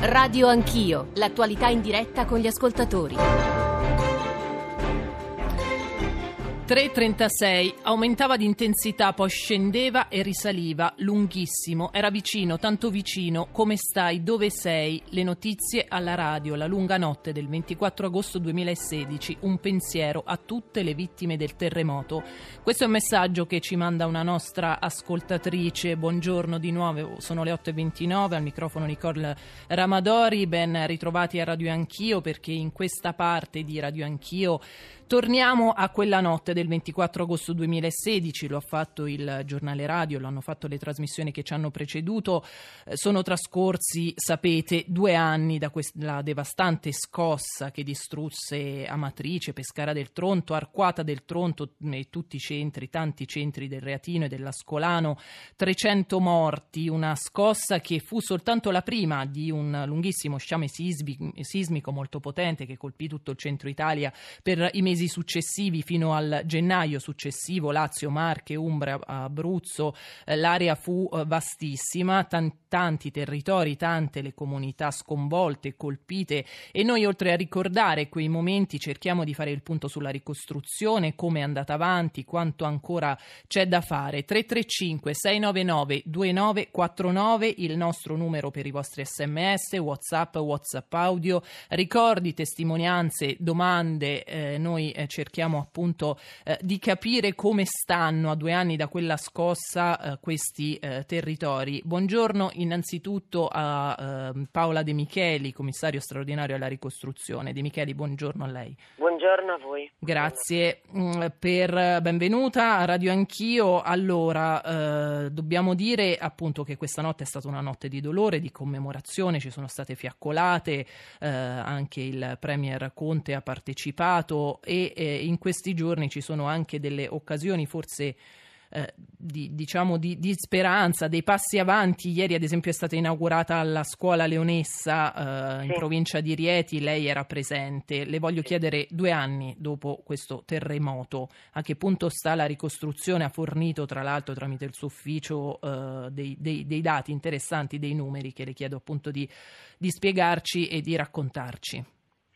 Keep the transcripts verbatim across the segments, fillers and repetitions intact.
Radio Anch'io, l'attualità in diretta con gli ascoltatori. tre e trentasei, aumentava di intensità, poi scendeva e risaliva, lunghissimo, era vicino, tanto vicino. Come stai? Dove sei? Le notizie alla radio, la lunga notte del ventiquattro agosto duemilasedici, un pensiero a tutte le vittime del terremoto. Questo è un messaggio che ci manda una nostra ascoltatrice. Buongiorno di nuovo, sono le otto e ventinove, al microfono Nicole Ramadori. Ben ritrovati a Radio Anch'io, perché in questa parte di Radio Anch'io torniamo a quella notte del ventiquattro agosto duemilasedici. Lo ha fatto il giornale radio, lo hanno fatto le trasmissioni che ci hanno preceduto. Eh, sono trascorsi, sapete, due anni da quella devastante scossa che distrusse Amatrice, Pescara del Tronto, Arquata del Tronto e tutti i centri, tanti centri del Reatino e dell'Ascolano. trecento morti, una scossa che fu soltanto la prima di un lunghissimo sciame sismico molto potente che colpì tutto il centro Italia per i mesi successivi fino al gennaio successivo. Lazio, Marche, Umbria, Abruzzo, eh, l'area fu eh, vastissima, Tan- tanti territori, tante le comunità sconvolte, colpite, e noi, oltre a ricordare quei momenti, cerchiamo di fare il punto sulla ricostruzione, come è andata avanti, quanto ancora c'è da fare. Tre tre cinque sei nove nove due nove quattro nove il nostro numero per i vostri sms, whatsapp, whatsapp audio, ricordi, testimonianze, domande. eh, noi eh, cerchiamo appunto eh, di capire come stanno a due anni da quella scossa eh, questi eh, territori. Buongiorno innanzitutto a eh, Paola De Micheli, commissario straordinario alla ricostruzione. De Micheli, buongiorno a lei. Buongiorno a voi. Grazie mm, per benvenuta a Radio Anch'io. Allora, eh, dobbiamo dire appunto che questa notte è stata una notte di dolore, di commemorazione, ci sono state fiaccolate, eh, anche il Premier Conte ha partecipato e eh, in questi giorni ci sono anche delle occasioni forse eh, di, diciamo di, di speranza, dei passi avanti. Ieri ad esempio è stata inaugurata la scuola Leonessa eh, in sì. provincia di Rieti, lei era presente. Le voglio chiedere, due anni dopo questo terremoto, a che punto sta la ricostruzione? Ha fornito tra l'altro tramite il suo ufficio eh, dei, dei, dei dati interessanti, dei numeri che le chiedo appunto di, di spiegarci e di raccontarci.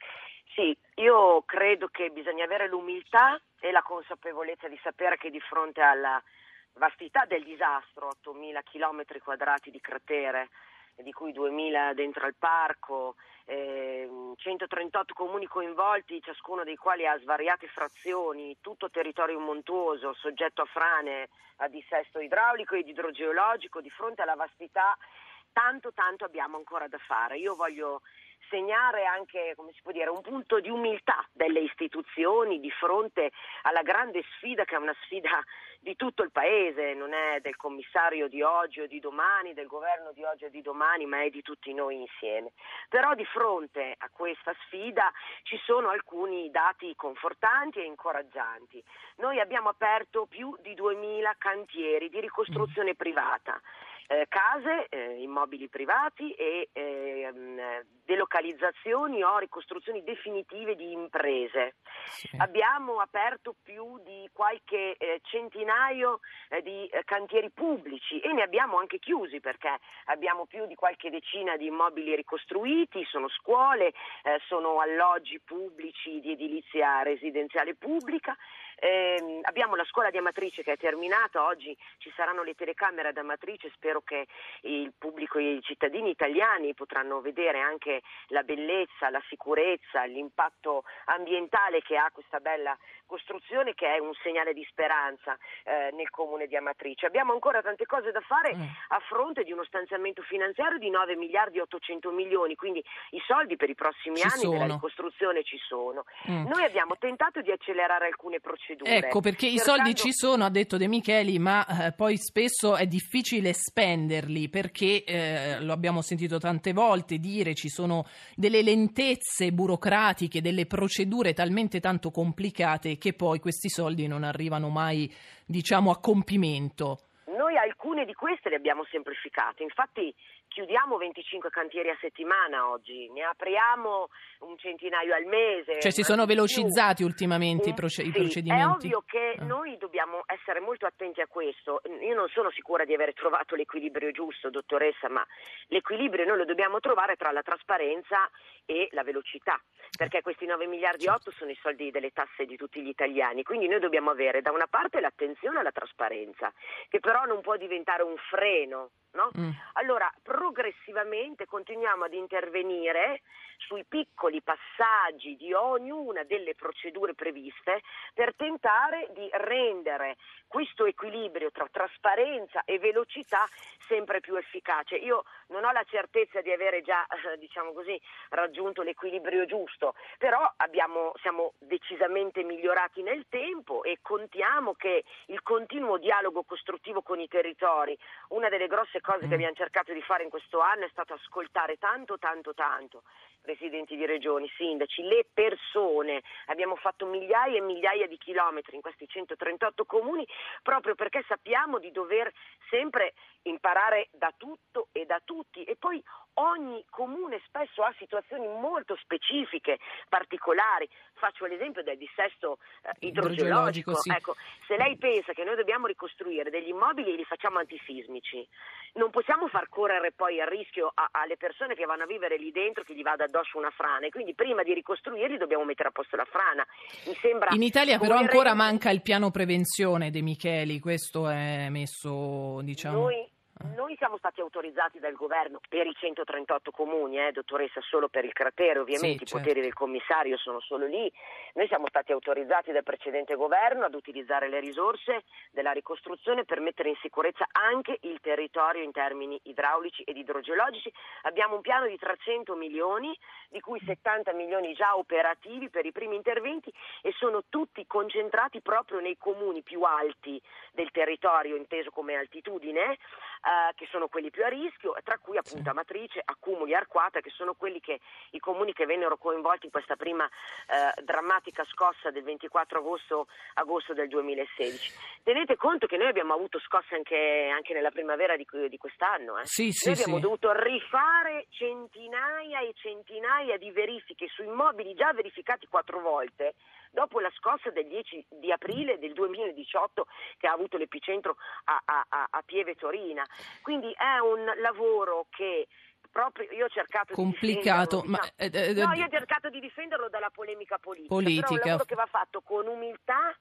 Sì, io credo che bisogna avere l'umiltà e la consapevolezza di sapere che di fronte alla vastità del disastro, ottomila chilometri quadrati di cratere, di cui duemila dentro al parco, eh, centotrentotto comuni coinvolti, ciascuno dei quali ha svariate frazioni, tutto territorio montuoso, soggetto a frane, a dissesto idraulico ed idrogeologico, di fronte alla vastità tanto tanto abbiamo ancora da fare. Io voglio segnare anche, come si può dire, un punto di umiltà delle istituzioni di fronte alla grande sfida, che è una sfida di tutto il Paese, non è del commissario di oggi o di domani, del governo di oggi o di domani, ma è di tutti noi insieme. Però di fronte a questa sfida ci sono alcuni dati confortanti e incoraggianti. Noi abbiamo aperto più di duemila cantieri di ricostruzione privata. Eh, case, eh, immobili privati e eh, delocalizzazioni o ricostruzioni definitive di imprese. Sì. Abbiamo aperto più di qualche eh, centinaio eh, di eh, cantieri pubblici e ne abbiamo anche chiusi, perché abbiamo più di qualche decina di immobili ricostruiti, sono scuole, eh, sono alloggi pubblici di edilizia residenziale pubblica. Eh, abbiamo la scuola di Amatrice che è terminata, oggi ci saranno le telecamere ad Amatrice, spero che il pubblico e i cittadini italiani potranno vedere anche la bellezza, la sicurezza, l'impatto ambientale che ha questa bella costruzione, che è un segnale di speranza eh, nel comune di Amatrice. Abbiamo ancora tante cose da fare mm. a fronte di uno stanziamento finanziario di nove miliardi e ottocento milioni, quindi i soldi per i prossimi ci anni sono. della ricostruzione ci sono. Mm. Noi abbiamo tentato di accelerare alcune procedure. Ecco, perché i cercando... soldi ci sono, ha detto De Micheli, ma eh, poi spesso è difficile spenderli, perché eh, lo abbiamo sentito tante volte dire, ci sono delle lentezze burocratiche, delle procedure talmente tanto complicate che poi questi soldi non arrivano mai, diciamo, a compimento. noi alcune di queste le abbiamo semplificate, infatti chiudiamo venticinque cantieri a settimana oggi, ne apriamo un centinaio al mese. Cioè si sono velocizzati più. ultimamente i, proce- sì, i procedimenti? È ovvio che ah. noi dobbiamo essere molto attenti a questo. Io non sono sicura di aver trovato l'equilibrio giusto, dottoressa, ma l'equilibrio noi lo dobbiamo trovare tra la trasparenza e la velocità, perché questi nove miliardi e otto sono i soldi delle tasse di tutti gli italiani, quindi noi dobbiamo avere da una parte l'attenzione alla trasparenza, che però non può diventare un freno, no? Mm. Allora progressivamente continuiamo ad intervenire sui piccoli passaggi di ognuna delle procedure previste per tentare di rendere questo equilibrio tra trasparenza e velocità sempre più efficace. Io non ho la certezza di avere già, eh, diciamo così, raggiunto l'equilibrio giusto, però abbiamo, siamo decisamente migliorati nel tempo e contiamo che il continuo dialogo costruttivo con i territori, una delle grosse cose che abbiamo cercato di fare in questo anno è stato ascoltare tanto, tanto, tanto presidenti di regioni, sindaci, le persone. Abbiamo fatto migliaia e migliaia di chilometri in questi centotrentotto comuni proprio perché sappiamo di dover sempre imparare da tutto e da tutti, e poi ogni comune spesso ha situazioni molto specifiche, particolari. Faccio l'esempio del dissesto eh, idrogeologico. Sì. Ecco, se lei pensa che noi dobbiamo ricostruire degli immobili e li facciamo antisismici, non possiamo far correre poi il rischio a, alle persone che vanno a vivere lì dentro che gli vada addosso una frana, e quindi prima di ricostruirli dobbiamo mettere a posto la frana. Mi sembra in Italia però coerente. Ancora manca il piano prevenzione, De Micheli, questo è messo, diciamo... Noi Noi siamo stati autorizzati dal governo per i centotrentotto comuni, eh, dottoressa, solo per il cratere, ovviamente sì, i poteri certo. del commissario sono solo lì. Noi siamo stati autorizzati dal precedente governo ad utilizzare le risorse della ricostruzione per mettere in sicurezza anche il territorio in termini idraulici ed idrogeologici. Abbiamo un piano di trecento milioni, di cui settanta milioni già operativi per i primi interventi, e sono tutti concentrati proprio nei comuni più alti del territorio, inteso come altitudine, Uh, che sono quelli più a rischio, tra cui appunto sì. Amatrice, Accumuli e Arquata, che sono quelli che i comuni che vennero coinvolti in questa prima uh, drammatica scossa del ventiquattro agosto, agosto del duemilasedici. Tenete conto che noi abbiamo avuto scosse anche, anche nella primavera di, di quest'anno. Eh. Sì, sì, noi abbiamo sì. dovuto rifare centinaia e centinaia di verifiche su immobili già verificati quattro volte, dopo la scossa del dieci di aprile del duemiladiciotto che ha avuto l'epicentro a, a, a Pieve Torina. Quindi è un lavoro che proprio io ho cercato complicato, di difenderlo, ma, diciamo, eh, no, io ho cercato di difenderlo dalla polemica politica, politica. Però è un lavoro che va fatto con umiltà,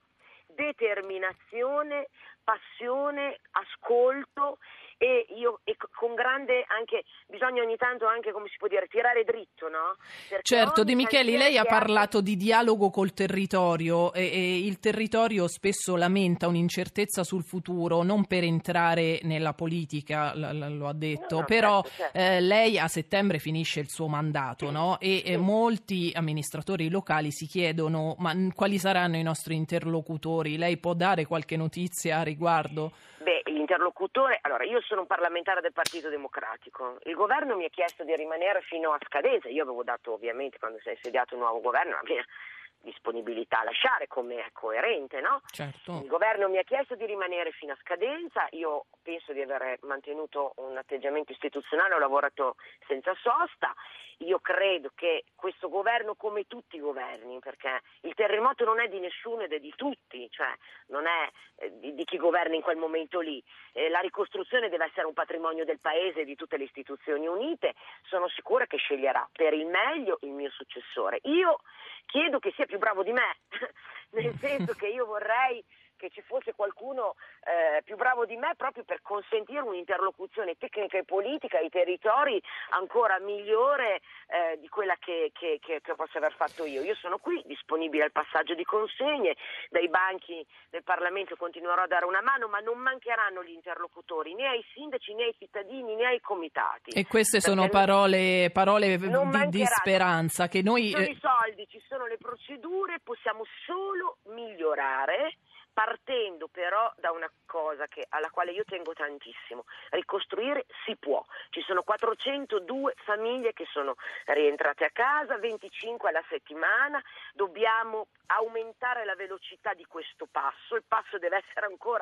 determinazione, passione, ascolto, e io e con grande anche bisogna ogni tanto anche, come si può dire, tirare dritto, no? Perché certo, De Micheli, lei ha parlato ha... di dialogo col territorio e, e il territorio spesso lamenta un'incertezza sul futuro, non per entrare nella politica, l- l- lo ha detto, no, no, però certo, certo. Eh, lei a settembre finisce il suo mandato, sì, no? E sì. eh, molti amministratori locali si chiedono ma n- quali saranno i nostri interlocutori? Lei può dare qualche notizia a riguardo? Beh, l'interlocutore, allora io sono un parlamentare del Partito Democratico, il governo mi ha chiesto di rimanere fino a scadenza, io avevo dato ovviamente quando si è insediato un nuovo governo la mia disponibilità a lasciare, come è coerente, no? Certo. Il governo mi ha chiesto di rimanere fino a scadenza, io penso di aver mantenuto un atteggiamento istituzionale, ho lavorato senza sosta. Io credo che questo governo, come tutti i governi, perché il terremoto non è di nessuno ed è di tutti, cioè non è eh, di, di chi governa in quel momento lì, eh, la ricostruzione deve essere un patrimonio del Paese e di tutte le istituzioni unite. Sono sicura che sceglierà per il meglio il mio successore. Io chiedo che sia più bravo di me, nel senso che io vorrei che ci fosse qualcuno eh, più bravo di me proprio per consentire un'interlocuzione tecnica e politica ai territori ancora migliore eh, di quella che, che, che, che posso aver fatto io. Io sono qui, disponibile al passaggio di consegne, dai banchi del Parlamento continuerò a dare una mano, ma non mancheranno gli interlocutori né ai sindaci né ai cittadini né ai comitati. E queste sono parole, parole di, di speranza che noi... Ci sono i soldi, ci sono le procedure, possiamo solo migliorare, partendo però da una cosa che, alla quale io tengo tantissimo: ricostruire si può. Ci sono quattrocentodue famiglie che sono rientrate a casa, venticinque alla settimana, dobbiamo aumentare la velocità di questo passo, il passo deve essere ancora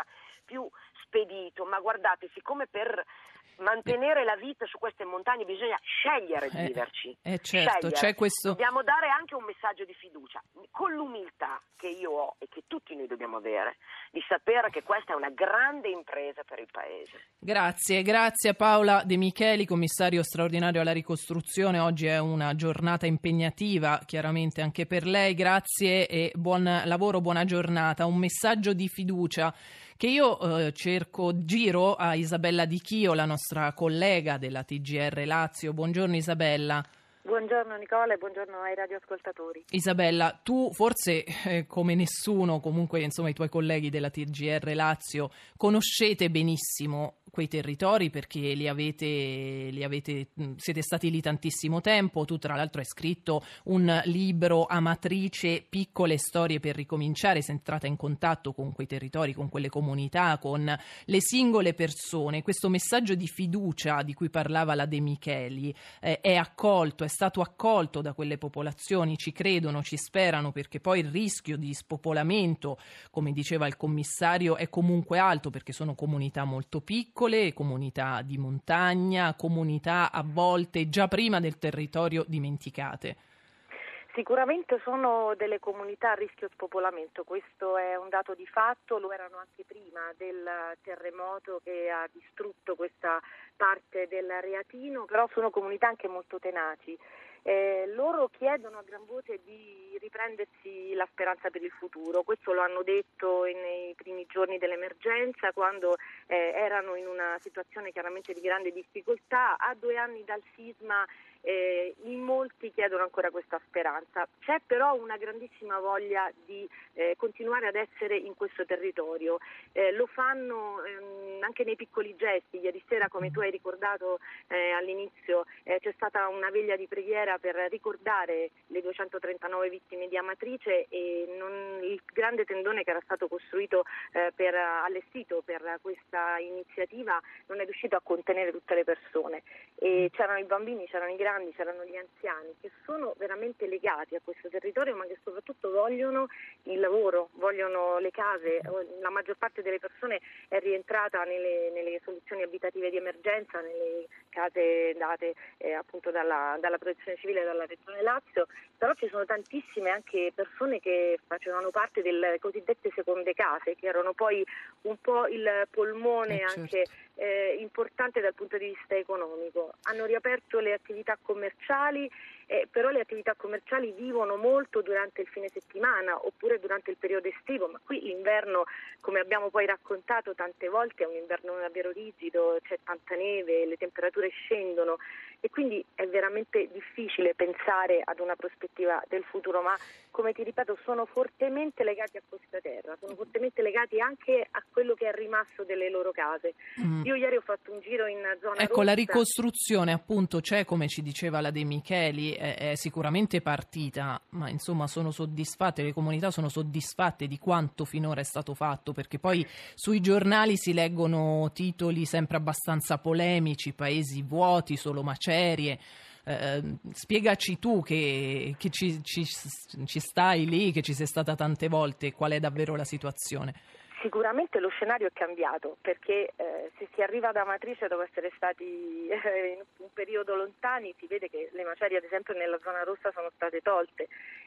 più spedito, ma guardate, siccome per mantenere la vita su queste montagne bisogna scegliere di eh, viverci. Eh certo, scegliere. c'è questo... Dobbiamo dare anche un messaggio di fiducia, con l'umiltà che io ho e che tutti noi dobbiamo avere, di sapere che questa è una grande impresa per il Paese. Grazie, grazie a Paola De Micheli, commissario straordinario alla ricostruzione. Oggi è una giornata impegnativa, chiaramente anche per lei. Grazie e buon lavoro, buona giornata. Un messaggio di fiducia che io eh, cerco, giro a Isabella Di Chio, la nostra collega della T G R Lazio. Buongiorno Isabella. Buongiorno Nicola e buongiorno ai radioascoltatori. Isabella, tu forse eh, come nessuno, comunque insomma i tuoi colleghi della T G R Lazio, conoscete benissimo quei territori perché li avete, li avete, siete stati lì tantissimo tempo. Tu tra l'altro hai scritto un libro, Amatrice, piccole storie per ricominciare. Sei entrata in contatto con quei territori, con quelle comunità, con le singole persone. Questo messaggio di fiducia di cui parlava la De Micheli eh, è accolto, è stato accolto da quelle popolazioni, ci credono, ci sperano, perché poi il rischio di spopolamento, come diceva il commissario, è comunque alto perché sono comunità molto piccole, comunità di montagna, comunità a volte già prima del territorio dimenticate. Sicuramente sono delle comunità a rischio spopolamento, questo è un dato di fatto, lo erano anche prima del terremoto che ha distrutto questa parte del Reatino, però sono comunità anche molto tenaci. Eh, loro chiedono a gran voce di riprendersi la speranza per il futuro, questo lo hanno detto nei primi giorni dell'emergenza, quando eh, erano in una situazione chiaramente di grande difficoltà. A due anni dal sisma Eh, in molti chiedono ancora questa speranza. C'è però una grandissima voglia di eh, continuare ad essere in questo territorio. Eh, lo fanno ehm, anche nei piccoli gesti. Ieri sera, come tu hai ricordato eh, all'inizio, eh, c'è stata una veglia di preghiera per ricordare le duecentotrentanove vittime di Amatrice e non, il grande tendone che era stato costruito eh, per allestito per questa iniziativa non è riuscito a contenere tutte le persone. E c'erano i bambini, c'erano i grandi, c'erano gli anziani che sono veramente legati a questo territorio, ma che soprattutto vogliono il lavoro, vogliono le case. La maggior parte delle persone è rientrata nelle, nelle soluzioni abitative di emergenza, nelle case date eh, appunto dalla, dalla Protezione Civile e dalla Regione Lazio, però ci sono tantissime anche persone che facevano parte delle cosiddette seconde case, che erano poi un po' il polmone eh, anche certo. eh, importante dal punto di vista economico. Hanno riaperto le attività commerciali, eh, però le attività commerciali vivono molto durante il fine settimana oppure durante il periodo estivo, ma qui l'inverno, come abbiamo poi raccontato tante volte, è un inverno davvero rigido, c'è tanta neve, le temperature scendono e quindi è veramente difficile pensare ad una prospettiva del futuro, ma come ti ripeto sono fortemente legati a questa terra, sono fortemente legati anche a quello che è rimasto delle loro case. Mm. Io ieri ho fatto un giro in zona ecco rossa. La ricostruzione appunto c'è, come ci diceva la De Micheli, è, è sicuramente partita, ma insomma sono soddisfatte, le comunità sono soddisfatte di quanto finora è stato fatto, perché poi sui giornali si leggono titoli sempre abbastanza polemici, paesi vuoti, solo macerie. Eh, spiegaci tu che, che ci, ci, ci stai lì, che ci sei stata tante volte, qual è davvero la situazione? Sicuramente lo scenario è cambiato perché eh, se si arriva ad Amatrice dopo essere stati eh, in un periodo lontani si vede che le macerie ad esempio nella zona rossa sono state tolte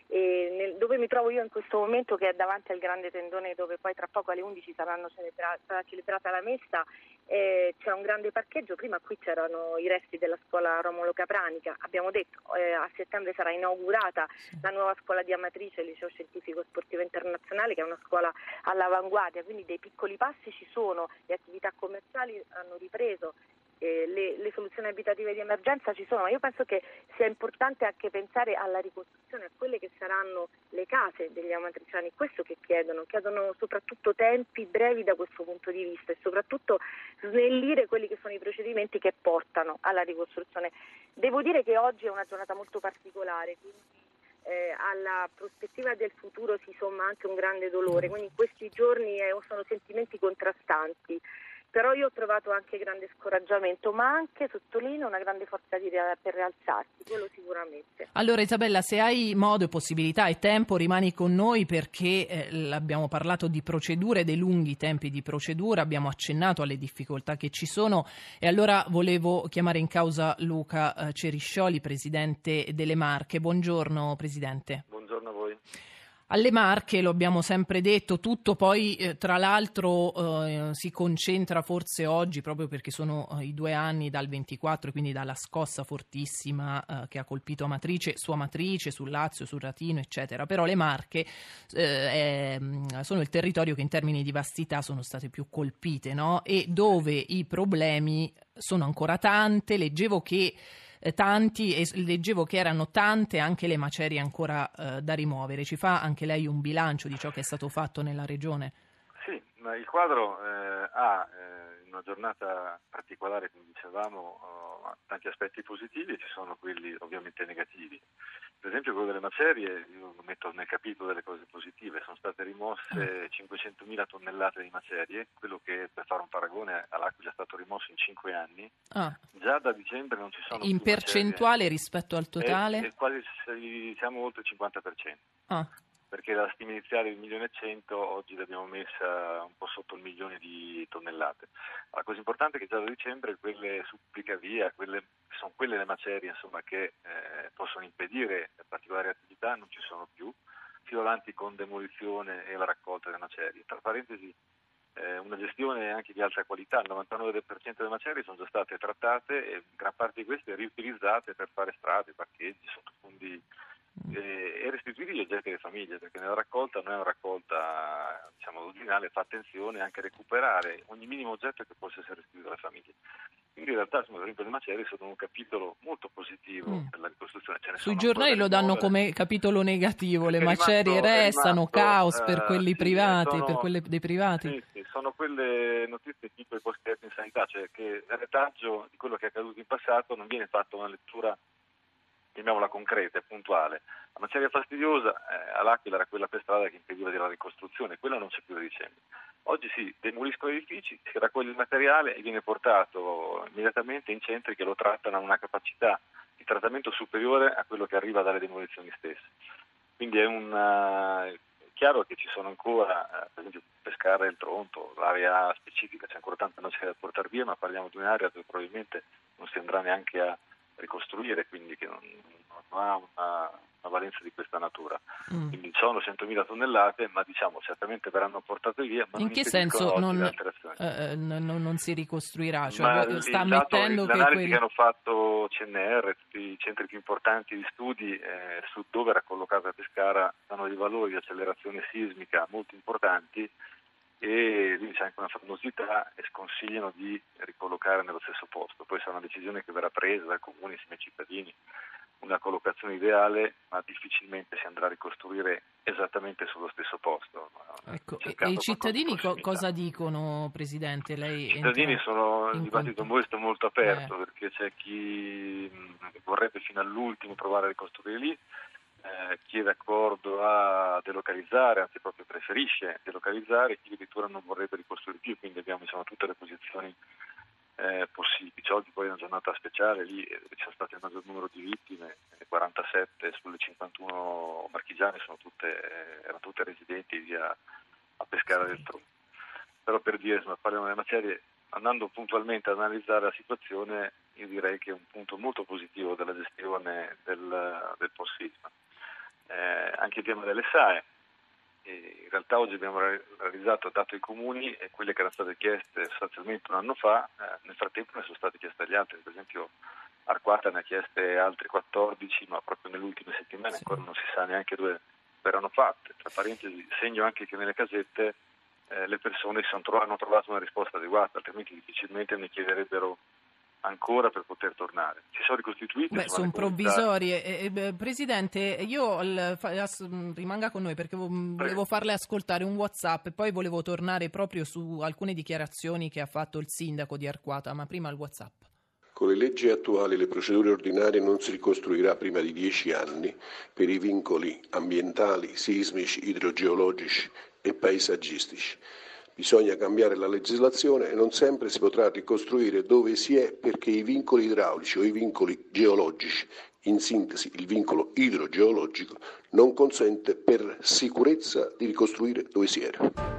e nel, dove mi trovo io in questo momento, che è davanti al grande tendone dove poi tra poco alle undici saranno celebra- sarà celebrata la messa, eh, c'è un grande parcheggio. Prima qui c'erano i resti della scuola Romolo Capranica, abbiamo detto eh, a settembre sarà inaugurata la nuova scuola di Amatrice, il liceo scientifico sportivo internazionale, che è una scuola all'avanguardia, quindi dei piccoli passi ci sono, le attività commerciali hanno ripreso, eh, le, le soluzioni abitative di emergenza ci sono, ma io penso che sia importante anche pensare alla ricostruzione, a quelle che saranno le case degli amatriciani, questo che chiedono, chiedono soprattutto tempi brevi da questo punto di vista e soprattutto snellire quelli che sono i procedimenti che portano alla ricostruzione. Devo dire che oggi è una giornata molto particolare, quindi Eh, alla prospettiva del futuro si somma anche un grande dolore, quindi in questi giorni eh, sono sentimenti contrastanti, Però io ho trovato anche grande scoraggiamento, ma anche, sottolineo, una grande forza di rea- per rialzarsi, quello sicuramente. Allora Isabella, se hai modo e possibilità e tempo rimani con noi, perché eh, abbiamo parlato di procedure, dei lunghi tempi di procedura, abbiamo accennato alle difficoltà che ci sono e allora volevo chiamare in causa Luca eh, Ceriscioli, presidente delle Marche. Buongiorno Presidente. Buongiorno a voi. Alle Marche, lo abbiamo sempre detto, tutto poi eh, tra l'altro eh, si concentra forse oggi proprio perché sono eh, i due anni dal ventiquattro, quindi dalla scossa fortissima eh, che ha colpito Amatrice, su Amatrice, sul Lazio, sul Ratino, eccetera. Però le Marche eh, è, sono il territorio che in termini di vastità sono state più colpite, no? E dove i problemi sono ancora tante. Leggevo che tanti e leggevo che erano tante anche le macerie ancora eh, da rimuovere. Ci fa anche lei un bilancio di ciò che è stato fatto nella regione? Sì, ma il quadro eh, ha eh, in una giornata particolare, come dicevamo, oh, tanti aspetti positivi e ci sono quelli ovviamente negativi. Per esempio quello delle macerie, io lo metto nel capitolo delle cose positive, sono state rimosse cinquecentomila tonnellate di macerie, quello che per fare un paragone all'Aquila è stato rimosso in cinque anni. Ah. Già da dicembre non ci sono in più percentuale macerie. Rispetto al totale? È, è quasi, siamo oltre il cinquanta per cento. Ah. Perché la stima iniziale di un milione e cento, oggi l'abbiamo messa un po' sotto il milione di tonnellate. La cosa importante è che già da dicembre quelle supplicavia, quelle, sono quelle le macerie insomma, che eh, possono impedire particolari attività, non ci sono più, fino avanti con demolizione e la raccolta delle macerie. Tra parentesi, eh, una gestione anche di alta qualità, il novantanove per cento delle macerie sono già state trattate e gran parte di queste riutilizzate per fare strade, parcheggi, sottofondi e restituire gli oggetti alle famiglie, perché nella raccolta non è una raccolta diciamo originale, fa attenzione anche a recuperare ogni minimo oggetto che possa essere restituito alle famiglie. Quindi in realtà insomma, per esempio le macerie sono un capitolo molto positivo mm. per la ricostruzione. Ce ne Sui giornali lo danno come capitolo negativo, le macerie rimasto, restano, rimasto, caos uh, per quelli sì, privati, sono, per quelle dei privati. Sì, sì, sono quelle notizie tipo i post in sanità, cioè che il retaggio di quello che è accaduto in passato non viene fatto una lettura, chiamiamola concreta e puntuale. La maceria fastidiosa eh, all'Aquila era quella per strada che impediva della ricostruzione, quella non c'è più da dicembre. Oggi si demoliscono edifici, si raccoglie il materiale e viene portato immediatamente in centri che lo trattano a una capacità di trattamento superiore a quello che arriva dalle demolizioni stesse. Quindi è un uh, chiaro che ci sono ancora, uh, per esempio Pescara e il Tronto, l'area specifica, c'è ancora tanta maceria da portare via, ma parliamo di un'area dove probabilmente non si andrà neanche a ricostruire, quindi che non, non ha una, una valenza di questa natura. Mm. Quindi sono centomila tonnellate, ma diciamo certamente verranno portate via. Ma in che senso non, eh, non, non si ricostruirà? Cioè, ma sta il ammettendo dato, che l'analisi quelli... che hanno fatto C N R, tutti i centri più importanti di studi eh, su dove era collocata Pescara, danno dei valori di accelerazione sismica molto importanti e lì c'è anche una frondosità e sconsigliano di ricollocare nello stesso posto. Poi sarà una decisione che verrà presa dai comuni insieme ai cittadini, una collocazione ideale, ma difficilmente si andrà a ricostruire esattamente sullo stesso posto. Ecco, e i cittadini co- cosa dicono, Presidente? Lei I cittadini sono in dibattito molto, molto aperto, eh. perché c'è chi vorrebbe fino all'ultimo provare a ricostruire lì, Eh, chi è d'accordo a delocalizzare, anzi proprio preferisce delocalizzare, chi addirittura non vorrebbe ricostruire più, quindi abbiamo insomma, tutte le posizioni eh, possibili. C'è oggi poi una giornata speciale, lì eh, c'è stato il maggior numero di vittime, eh, quarantasette sulle cinquantuno marchigiane, sono tutte, eh, erano tutte residenti via a Pescara del Tronto. Però per dire, insomma, parliamo delle macerie, andando puntualmente ad analizzare la situazione, io direi che è un punto molto positivo della gestione del, del post-sisma. Eh, anche il tema delle S A E, e in realtà oggi abbiamo realizzato, dato ai comuni e quelle che erano state chieste sostanzialmente un anno fa, eh, nel frattempo ne sono state chieste agli altri, per esempio Arquata ne ha chieste altre quattordici, ma proprio nelle ultime settimane ancora non si sa neanche dove verranno fatte. Tra parentesi segno anche che nelle casette eh, le persone si sono tro- hanno trovato una risposta adeguata, altrimenti difficilmente ne chiederebbero ancora per poter tornare. Si sono ricostituite. Beh, sono provvisorie. Eh, eh, Presidente, io il, fa, as, rimanga con noi perché volevo Prego. farle ascoltare un WhatsApp e poi volevo tornare proprio su alcune dichiarazioni che ha fatto il sindaco di Arquata, ma prima il WhatsApp. Con le leggi attuali le procedure ordinarie non si ricostruirà prima di dieci anni per i vincoli ambientali, sismici, idrogeologici e paesaggistici. Bisogna cambiare la legislazione e non sempre si potrà ricostruire dove si è, perché i vincoli idraulici o i vincoli geologici, in sintesi il vincolo idrogeologico, non consente per sicurezza di ricostruire dove si era.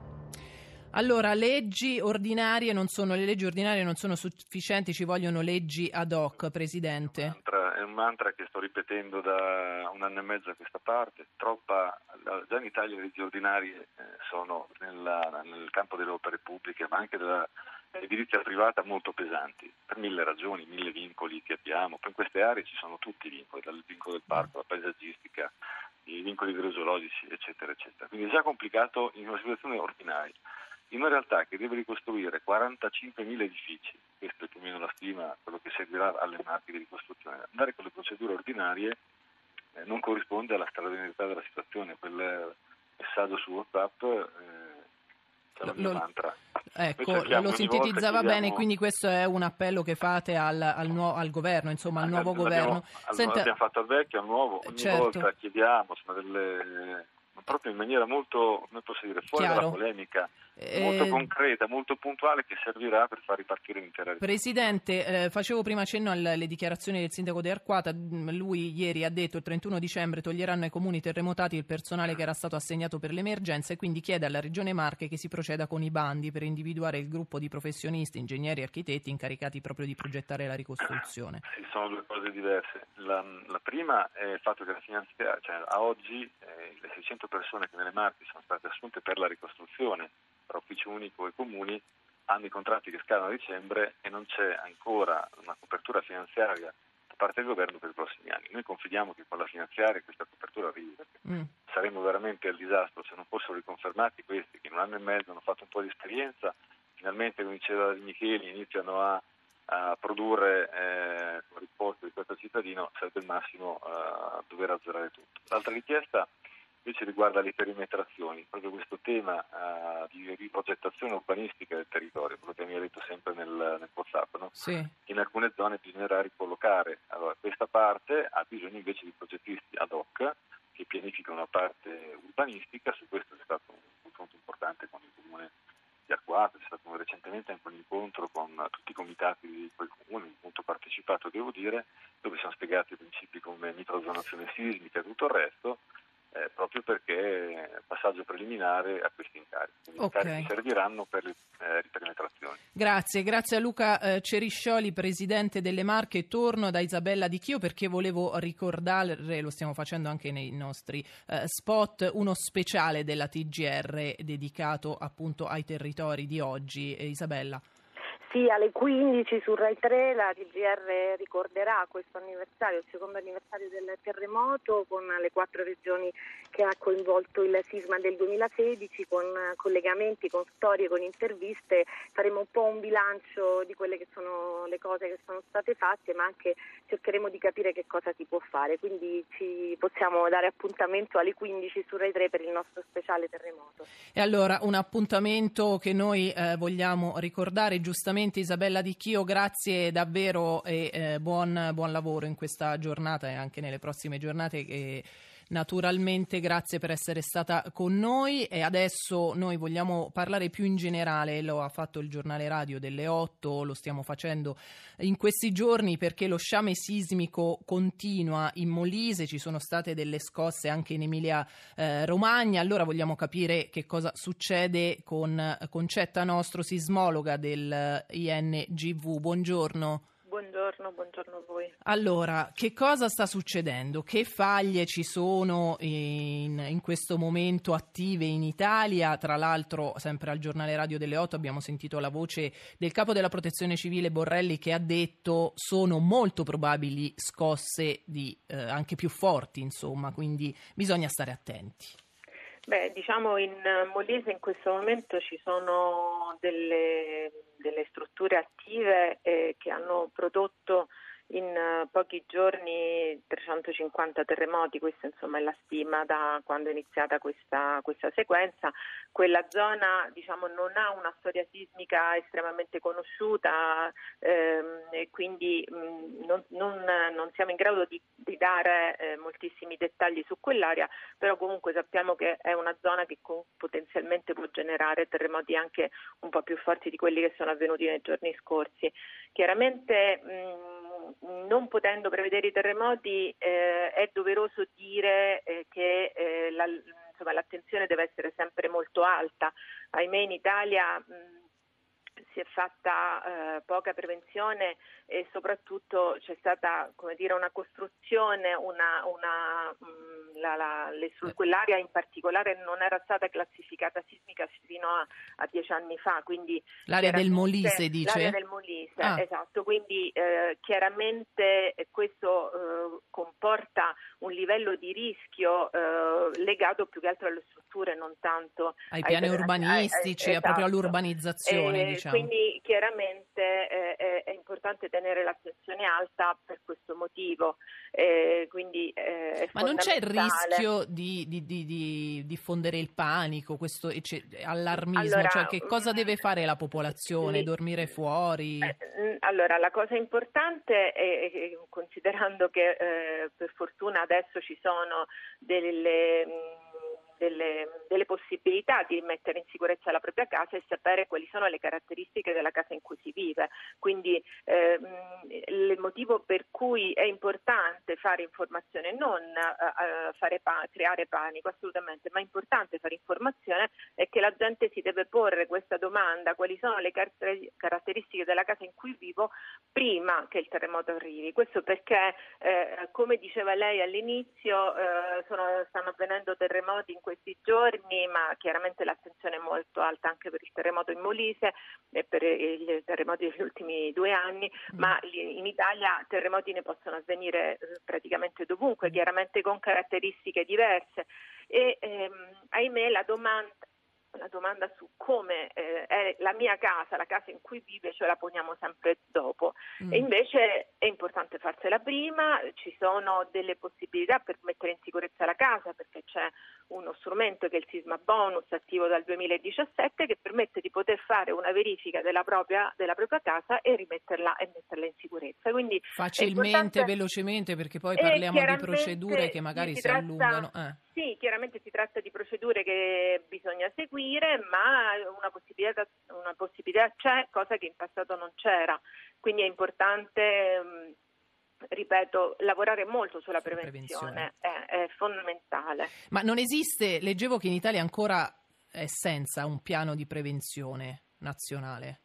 Allora, leggi ordinarie non sono, le leggi ordinarie non sono sufficienti, ci vogliono leggi ad hoc, Presidente. È un mantra, è un mantra che sto ripetendo da un anno e mezzo a questa parte. Troppa, già in Italia le leggi ordinarie sono nella, nel campo delle opere pubbliche, ma anche della edilizia privata, molto pesanti, per mille ragioni, mille vincoli che abbiamo. Poi in queste aree ci sono tutti i vincoli, dal vincolo del parco, la paesaggistica, i vincoli idrogeologici, eccetera, eccetera. Quindi è già complicato in una situazione ordinaria. In una realtà che deve ricostruire quarantacinquemila edifici, questa è più o meno la stima, quello che servirà alle marche di ricostruzione, andare con le procedure ordinarie eh, non corrisponde alla straordinarietà della situazione. Quel messaggio su WhatsApp eh, c'è la mia lo, mantra. Ecco, lo sintetizzava bene, chiediamo... quindi questo è un appello che fate al, al, nuo, al governo, insomma al nuovo governo. Al, Senta... L'abbiamo fatto al vecchio, al nuovo, ogni certo. volta chiediamo sono delle... proprio in maniera molto, come posso dire, fuori Chiaro. dalla polemica, eh... molto concreta, molto puntuale, che servirà per far ripartire l'intera regione. Presidente, eh, facevo prima cenno alle dichiarazioni del sindaco di Arquata. Lui ieri ha detto il trentuno dicembre toglieranno ai comuni terremotati il personale che era stato assegnato per l'emergenza, e quindi chiede alla Regione Marche che si proceda con i bandi per individuare il gruppo di professionisti, ingegneri e architetti incaricati proprio di progettare la ricostruzione. Sì, sono due cose diverse. La, la prima è il fatto che la finanziaria, cioè a oggi eh, le seicento persone che nelle Marche sono state assunte per la ricostruzione tra ufficio unico e comuni hanno i contratti che scadono a dicembre e non c'è ancora una copertura finanziaria da parte del governo per i prossimi anni. Noi confidiamo che con la finanziaria questa copertura arrivi, perché mm. saremmo veramente al disastro se non fossero riconfermati questi che in un anno e mezzo hanno fatto un po' di esperienza, finalmente, come diceva Micheli, iniziano a, a produrre eh, risposte di questo cittadino, sarebbe il massimo eh, dover azzerare tutto. L'altra richiesta invece riguarda le perimetrazioni, proprio questo tema uh, di riprogettazione urbanistica del territorio, quello che mi ha detto sempre nel, nel WhatsApp, no? Sì. In alcune zone bisognerà ricollocare. Allora, questa parte ha bisogno invece di progettisti ad hoc che pianificano una parte urbanistica. Su questo c'è stato un confronto importante con il comune di Arquata, c'è stato recentemente anche un incontro con tutti i comitati di quel comune, molto partecipato devo dire, dove sono spiegati principi come microzonazione sismica e tutto il resto. Eh, proprio perché passaggio preliminare a questi incarichi. Quindi okay. Incarichi serviranno per le eh, ripenetrazioni. Grazie, grazie a Luca eh, Ceriscioli, presidente delle Marche. Torno da Isabella Di Chio perché volevo ricordare, lo stiamo facendo anche nei nostri eh, spot, uno speciale della T G R dedicato appunto ai territori di oggi. Eh, Isabella. Sì, alle quindici su Rai tre la T G R ricorderà questo anniversario, il secondo anniversario del terremoto, con le quattro regioni che ha coinvolto il sisma del duemilasedici, con collegamenti, con storie, con interviste. Faremo un po' un bilancio di quelle che sono le cose che sono state fatte, ma anche cercheremo di capire che cosa si può fare. Quindi ci possiamo dare appuntamento alle quindici su Rai tre per il nostro speciale terremoto. E allora un appuntamento che noi eh, vogliamo ricordare giustamente. Isabella Di Chio, grazie davvero e eh, buon, buon lavoro in questa giornata e anche nelle prossime giornate. E naturalmente grazie per essere stata con noi. E adesso noi vogliamo parlare più in generale, lo ha fatto il giornale radio delle otto, lo stiamo facendo in questi giorni perché lo sciame sismico continua in Molise, ci sono state delle scosse anche in Emilia eh, Romagna. Allora vogliamo capire che cosa succede con Concetta Nostro, sismologa del I N G V. Buongiorno. Buongiorno, buongiorno a voi. Allora, che cosa sta succedendo? Che faglie ci sono in, in questo momento attive in Italia? Tra l'altro, sempre al giornale radio delle otto abbiamo sentito la voce del capo della Protezione Civile Borrelli che ha detto sono molto probabili scosse di, eh, anche più forti, insomma, quindi bisogna stare attenti. Beh, diciamo in Molise in questo momento ci sono delle, delle strutture attive eh, che hanno prodotto in uh, pochi giorni trecentocinquanta terremoti, questa insomma è la stima da quando è iniziata questa, questa sequenza. Quella zona diciamo non ha una storia sismica estremamente conosciuta ehm, e quindi mh, non, non, non siamo in grado di, di dare eh, moltissimi dettagli su quell'area, però comunque sappiamo che è una zona che con, potenzialmente può generare terremoti anche un po' più forti di quelli che sono avvenuti nei giorni scorsi. Chiaramente mh, non potendo prevedere i terremoti eh, è doveroso dire eh, che eh, la, insomma, l'attenzione deve essere sempre molto alta. Ahimè in Italia mh, si è fatta eh, poca prevenzione e soprattutto c'è stata, come dire, una costruzione, una, una mh, la, la, le, su quell'area in particolare non era stata classificata sismica fino a, a dieci anni fa, quindi l'area del Molise, dice? L'area del Molise, ah. esatto, quindi eh, chiaramente questo eh, comporta un livello di rischio eh, legato più che altro alle strutture, non tanto ai piani ai, urbanistici, ai, ai, esatto. proprio all'urbanizzazione, eh, diciamo. Quindi chiaramente eh, è, è importante tenere l'attenzione alta per questo motivo. Eh, quindi, eh, è Ma non c'è il rischio di, di, di, di diffondere il panico, questo allarmismo? Allora, cioè, che cosa deve fare la popolazione? Sì. Dormire fuori? Eh, allora, la cosa importante è, è considerando che eh, per fortuna adesso ci sono delle... Mh, Delle, delle possibilità di mettere in sicurezza la propria casa e sapere quali sono le caratteristiche della casa in cui si vive. Quindi ehm, il motivo per cui è importante fare informazione, non uh, fare pa- creare panico assolutamente, ma è importante fare informazione, è che la gente si deve porre questa domanda: quali sono le car- caratteristiche della casa in cui vivo prima che il terremoto arrivi. Questo perché eh, come diceva lei all'inizio eh, sono, stanno avvenendo terremoti in questi giorni, ma chiaramente l'attenzione è molto alta anche per il terremoto in Molise e per i terremoti degli ultimi due anni, mm. ma in Italia terremoti ne possono avvenire praticamente dovunque, chiaramente con caratteristiche diverse e ehm, ahimè la domanda La domanda su come eh, è la mia casa, la casa in cui vive, ce la poniamo sempre dopo. Mm. E invece è importante farsela prima, ci sono delle possibilità per mettere in sicurezza la casa, perché c'è uno strumento che è il Sisma Bonus, attivo dal duemiladiciassette, che permette di poter fare una verifica della propria, della propria casa e rimetterla e metterla in sicurezza. Quindi facilmente, velocemente, perché poi parliamo di procedure che magari si, si tratta, allungano. Eh. Sì, chiaramente si tratta di procedure che bisogna seguire, ma una possibilità, una possibilità c'è, cosa che in passato non c'era. Quindi è importante, ripeto, lavorare molto sulla prevenzione, prevenzione. È, è fondamentale. Ma non esiste, leggevo che in Italia ancora è senza un piano di prevenzione nazionale.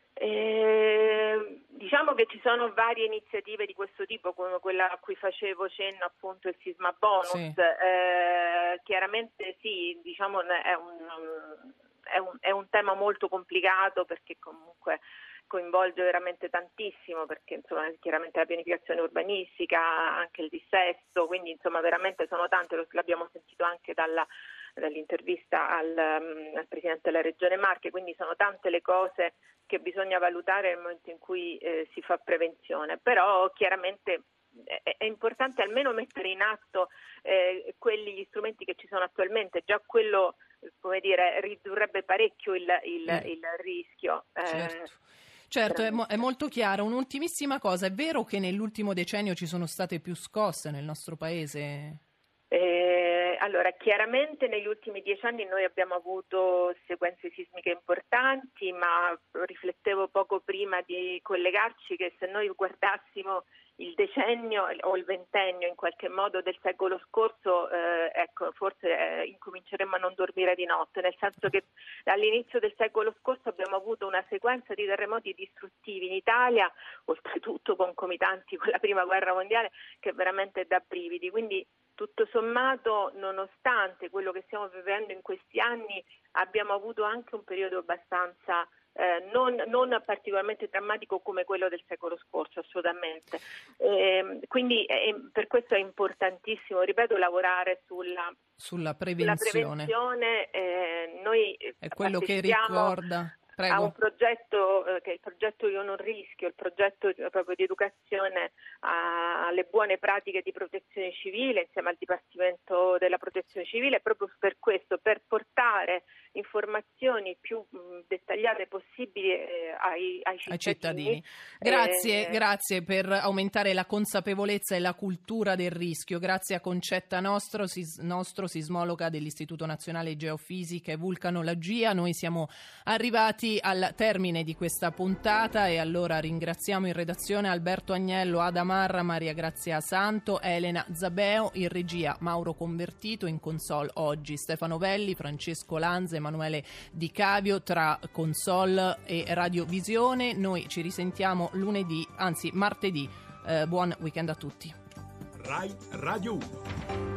Eh, diciamo che ci sono varie iniziative di questo tipo, come quella a cui facevo cenno, appunto il Sisma Bonus. Sì. Eh, chiaramente sì, diciamo è un, è, un, è un tema molto complicato, perché comunque coinvolge veramente tantissimo, perché insomma chiaramente la pianificazione urbanistica, anche il dissesto, quindi insomma veramente sono tante, lo l'abbiamo sentito anche dalla dall'intervista al, um, al Presidente della Regione Marche, quindi sono tante le cose che bisogna valutare nel momento in cui eh, si fa prevenzione, però chiaramente è, è importante almeno mettere in atto eh, quelli gli strumenti che ci sono attualmente, già quello, come dire, ridurrebbe parecchio il, il, mm. il rischio. Certo. Eh, Certo, è, mo- è molto chiaro. Un'ultimissima cosa, è vero che nell'ultimo decennio ci sono state più scosse nel nostro paese? Eh, allora, chiaramente negli ultimi dieci anni noi abbiamo avuto sequenze sismiche importanti, ma riflettevo poco prima di collegarci che se noi guardassimo il decennio o il ventennio in qualche modo del secolo scorso, eh, ecco, forse eh, incominceremmo a non dormire di notte, nel senso che all'inizio del secolo scorso abbiamo avuto una sequenza di terremoti distruttivi in Italia, oltretutto concomitanti con la prima guerra mondiale, che veramente è da brividi. Quindi tutto sommato, nonostante quello che stiamo vivendo in questi anni, abbiamo avuto anche un periodo abbastanza Eh, non, non particolarmente drammatico come quello del secolo scorso, assolutamente. Eh, quindi eh, per questo è importantissimo, ripeto, lavorare sulla, sulla prevenzione. Sulla prevenzione eh, noi è quello che ricorda. ha un progetto eh, che è il progetto Io non rischio, il progetto proprio di educazione a, alle buone pratiche di protezione civile insieme al Dipartimento della Protezione Civile, proprio per questo, per portare informazioni più mh, dettagliate possibili eh, ai, ai cittadini. Ai cittadini. Grazie, eh, grazie per aumentare la consapevolezza e la cultura del rischio. Grazie a Concetta Nostro, sis, nostro sismologa dell'Istituto Nazionale Geofisica e Vulcanologia. Noi siamo arrivati al termine di questa puntata e allora ringraziamo in redazione Alberto Agnello, Ada Marra, Maria Grazia Santo, Elena Zabeo, in regia Mauro Convertito, in console oggi Stefano Velli, Francesco Lanza, Emanuele Di Cavio, tra console e radiovisione. Noi ci risentiamo lunedì, anzi martedì. Eh, buon weekend a tutti. Rai Radio uno.